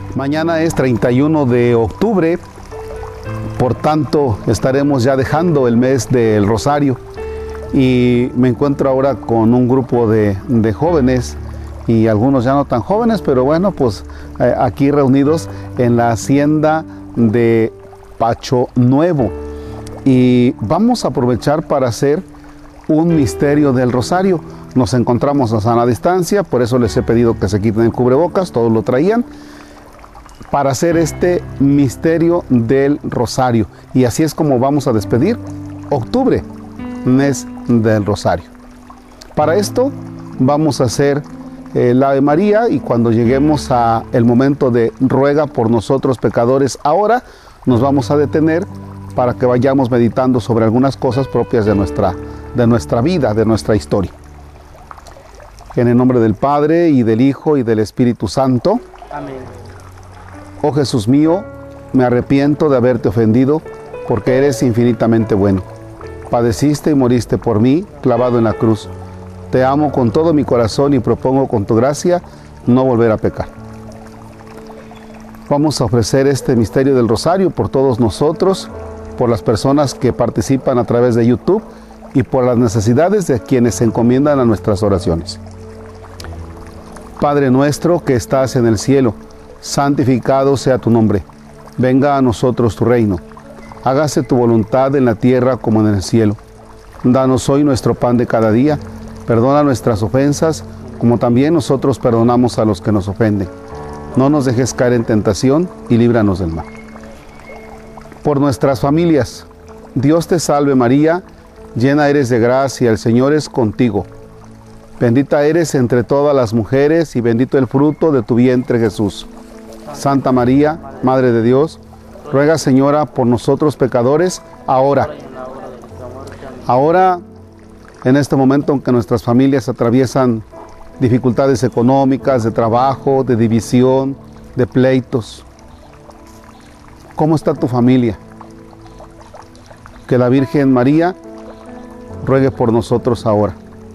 Mañana es 31 de octubre, por tanto estaremos ya dejando el mes del Rosario y me encuentro ahora con un grupo de jóvenes y algunos ya no tan jóvenes, pero bueno, pues aquí reunidos en la hacienda de Pacho Nuevo y vamos a aprovechar para hacer un misterio del Rosario. Nos encontramos a sana distancia, por eso les he pedido que se quiten el cubrebocas, todos lo traían, para hacer este misterio del Rosario. Y así es como vamos a despedir octubre, mes del Rosario. Para esto vamos a hacer la Ave María y cuando lleguemos a el momento de ruega por nosotros pecadores ahora, nos vamos a detener para que vayamos meditando sobre algunas cosas propias de nuestra vida, de nuestra historia. En el nombre del Padre, y del Hijo, y del Espíritu Santo. Amén. Oh Jesús mío, me arrepiento de haberte ofendido, porque eres infinitamente bueno. Padeciste y moriste por mí, clavado en la cruz. Te amo con todo mi corazón y propongo con tu gracia no volver a pecar. Vamos a ofrecer este misterio del Rosario por todos nosotros, por las personas que participan a través de YouTube y por las necesidades de quienes se encomiendan a nuestras oraciones. Padre nuestro que estás en el cielo, santificado sea tu nombre. Venga a nosotros tu reino. Hágase tu voluntad en la tierra como en el cielo. Danos hoy nuestro pan de cada día. Perdona nuestras ofensas, como también nosotros perdonamos a los que nos ofenden. No nos dejes caer en tentación y líbranos del mal. Por nuestras familias, Dios te salve María, llena eres de gracia, el Señor es contigo. Bendita eres entre todas las mujeres y bendito el fruto de tu vientre Jesús. Santa María, Madre de Dios, ruega Señora por nosotros pecadores, ahora en este momento en que nuestras familias atraviesan dificultades económicas, de trabajo, de división, de pleitos. ¿Cómo está tu familia? Que la Virgen María ruegue por nosotros ahora.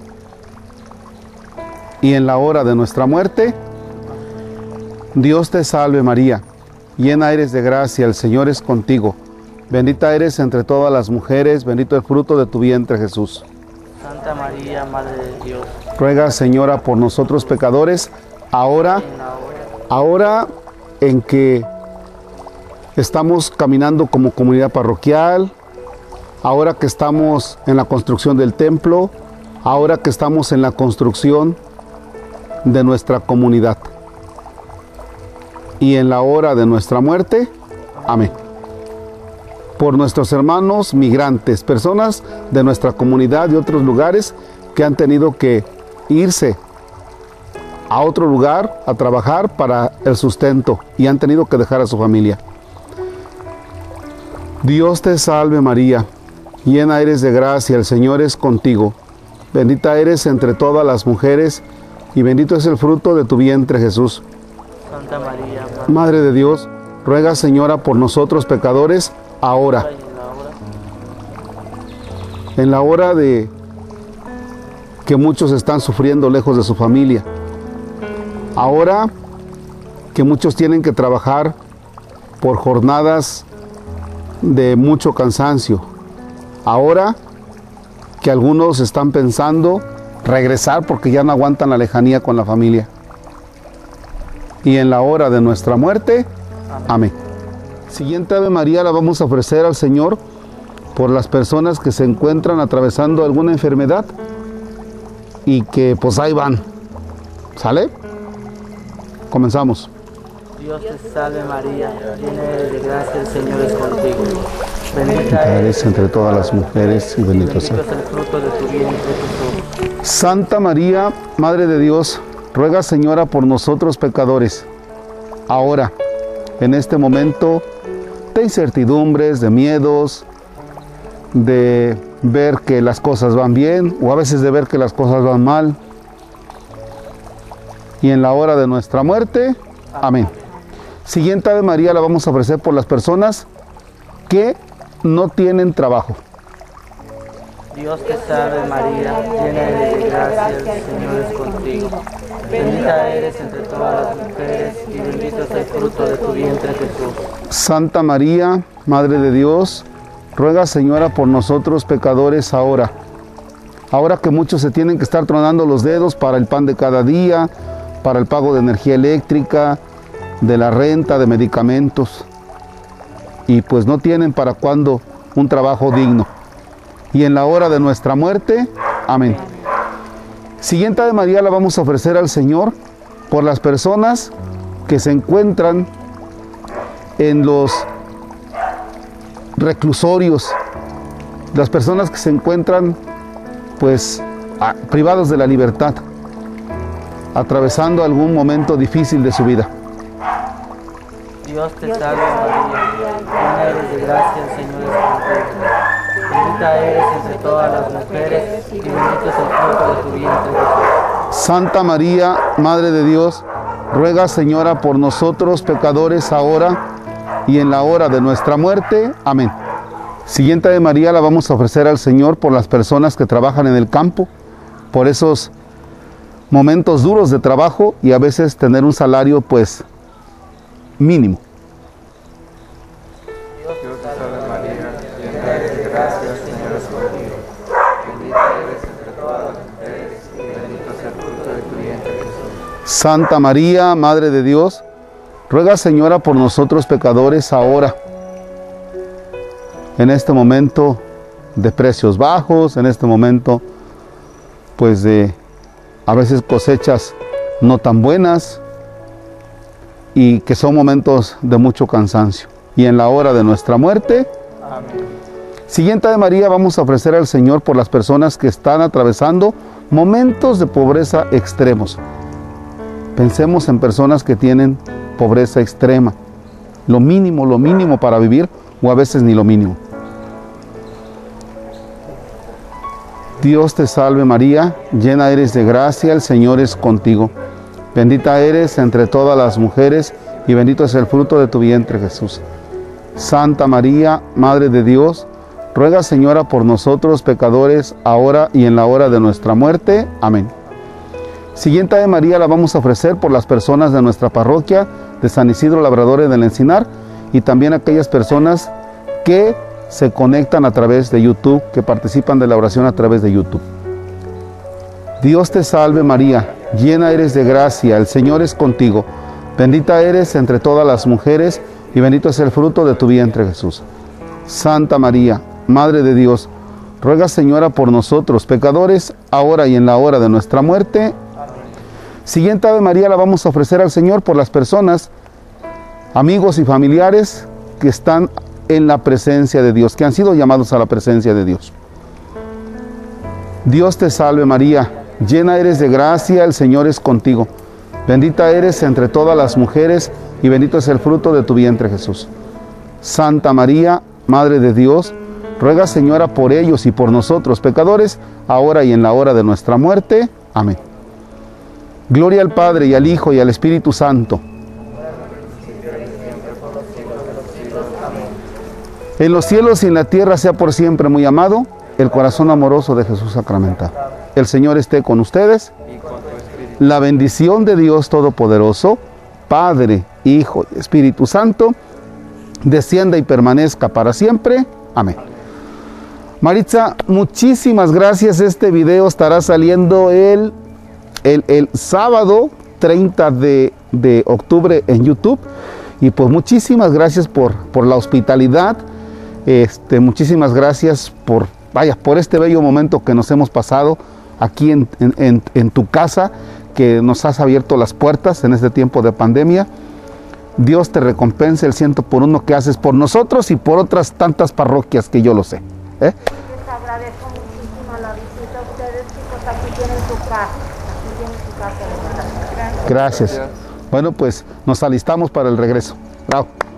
Y en la hora de nuestra muerte, Dios te salve María, llena eres de gracia, el Señor es contigo. Bendita eres entre todas las mujeres, bendito el fruto de tu vientre Jesús. Santa María, Madre de Dios, ruega Señora por nosotros pecadores, ahora en que estamos caminando como comunidad parroquial, ahora que estamos en la construcción del templo, ahora que estamos en la construcción de nuestra comunidad. Y en la hora de nuestra muerte, amén. Por nuestros hermanos migrantes, personas de nuestra comunidad y otros lugares que han tenido que irse a otro lugar a trabajar para el sustento y han tenido que dejar a su familia. Dios te salve María, llena eres de gracia, el Señor es contigo. Bendita eres entre todas las mujeres y bendito es el fruto de tu vientre Jesús. Santa María, Madre de Dios, ruega Señora por nosotros pecadores, ahora. En la hora de que muchos están sufriendo lejos de su familia. Ahora que muchos tienen que trabajar por jornadas de mucho cansancio. Ahora que algunos están pensando regresar porque ya no aguantan la lejanía con la familia. Y en la hora de nuestra muerte, amén. Siguiente Ave María la vamos a ofrecer al Señor por las personas que se encuentran atravesando alguna enfermedad y que pues ahí van. ¿Sale? Comenzamos. Dios te salve María, llena eres de gracia, el Señor es contigo. Bendita eres entre todas las mujeres y bendito es el fruto de tu vientre Jesús. Santa María, Madre de Dios, ruega Señora por nosotros pecadores, ahora, en este momento de incertidumbres, de miedos, de ver que las cosas van bien o a veces de ver que las cosas van mal. Y en la hora de nuestra muerte, amén. Siguiente Ave María la vamos a ofrecer por las personas que no tienen trabajo. Dios te salve María, llena eres de gracia. gracia, el Señor es contigo. Bendita eres entre todas las mujeres y bendito es el fruto de tu vientre, Jesús. Santa María, Madre de Dios, ruega, Señora, por nosotros pecadores ahora que muchos se tienen que estar tronando los dedos para el pan de cada día, para el pago de energía eléctrica, de la renta, de medicamentos, y pues no tienen para cuándo un trabajo digno. Y en la hora de nuestra muerte, amén. Siguiente Ave María la vamos a ofrecer al Señor por las personas que se encuentran en los reclusorios, las personas que se encuentran pues privados de la libertad, atravesando algún momento difícil de su vida. Dios te salve María, llena eres de gracia, el Señor es contigo. Bendita eres entre todas las mujeres y bendito es el fruto de tu vientre, Jesús. Santa María, Madre de Dios, ruega, Señora, por nosotros pecadores ahora y en la hora de nuestra muerte. Amén. Siguiente Ave María la vamos a ofrecer al Señor por las personas que trabajan en el campo, por esos momentos duros de trabajo y a veces tener un salario pues mínimo. Dios te salve María, llena eres de gracia, el Señor es contigo. Bendita eres entre todas las mujeres y bendito es el fruto de tu vientre, Jesús. Santa María, Madre de Dios, ruega, Señora, por nosotros pecadores ahora, en este momento de precios bajos, en este momento pues de a veces cosechas no tan buenas y que son momentos de mucho cansancio. Y en la hora de nuestra muerte, amén. Siguiente Ave María vamos a ofrecer al Señor por las personas que están atravesando momentos de pobreza extremos. Pensemos en personas que tienen pobreza extrema, lo mínimo para vivir, o a veces ni lo mínimo. Dios te salve María, llena eres de gracia, el Señor es contigo. Bendita eres entre todas las mujeres y bendito es el fruto de tu vientre, Jesús. Santa María, Madre de Dios, ruega, Señora, por nosotros pecadores ahora y en la hora de nuestra muerte. Amén. Siguiente Ave María la vamos a ofrecer por las personas de nuestra parroquia de San Isidro Labradores del Encinar y también aquellas personas que se conectan a través de YouTube, que participan de la oración a través de YouTube. Dios te salve María, llena eres de gracia, el Señor es contigo. Bendita eres entre todas las mujeres y bendito es el fruto de tu vientre, Jesús. Santa María, Madre de Dios, ruega, Señora, por nosotros pecadores ahora y en la hora de nuestra muerte. Siguiente Ave María la vamos a ofrecer al Señor por las personas, amigos y familiares que están en la presencia de Dios, que han sido llamados a la presencia de Dios. Dios te salve María, llena eres de gracia, el Señor es contigo. Bendita eres entre todas las mujeres y bendito es el fruto de tu vientre, Jesús. Santa María, Madre de Dios, ruega, Señora, por ellos y por nosotros pecadores, ahora y en la hora de nuestra muerte. Amén. Gloria al Padre y al Hijo y al Espíritu Santo. En los cielos y en la tierra sea por siempre muy amado el corazón amoroso de Jesús sacramentado. El Señor esté con ustedes. La bendición de Dios Todopoderoso, Padre, Hijo y Espíritu Santo, descienda y permanezca para siempre. Amén. Maritza, muchísimas gracias. Este video estará saliendo el sábado 30 de octubre en YouTube. Y pues muchísimas gracias por la hospitalidad. Muchísimas gracias por este bello momento que nos hemos pasado aquí en tu casa, que nos has abierto las puertas en este tiempo de pandemia. Dios te recompense el 100 por 1 que haces por nosotros y por otras tantas parroquias que yo lo sé. Les agradezco muchísimo la visita a ustedes, chicos. Aquí tienen su casa. Aquí tienen su casa, de verdad. Gracias. Gracias. Bueno, pues nos alistamos para el regreso. Bravo.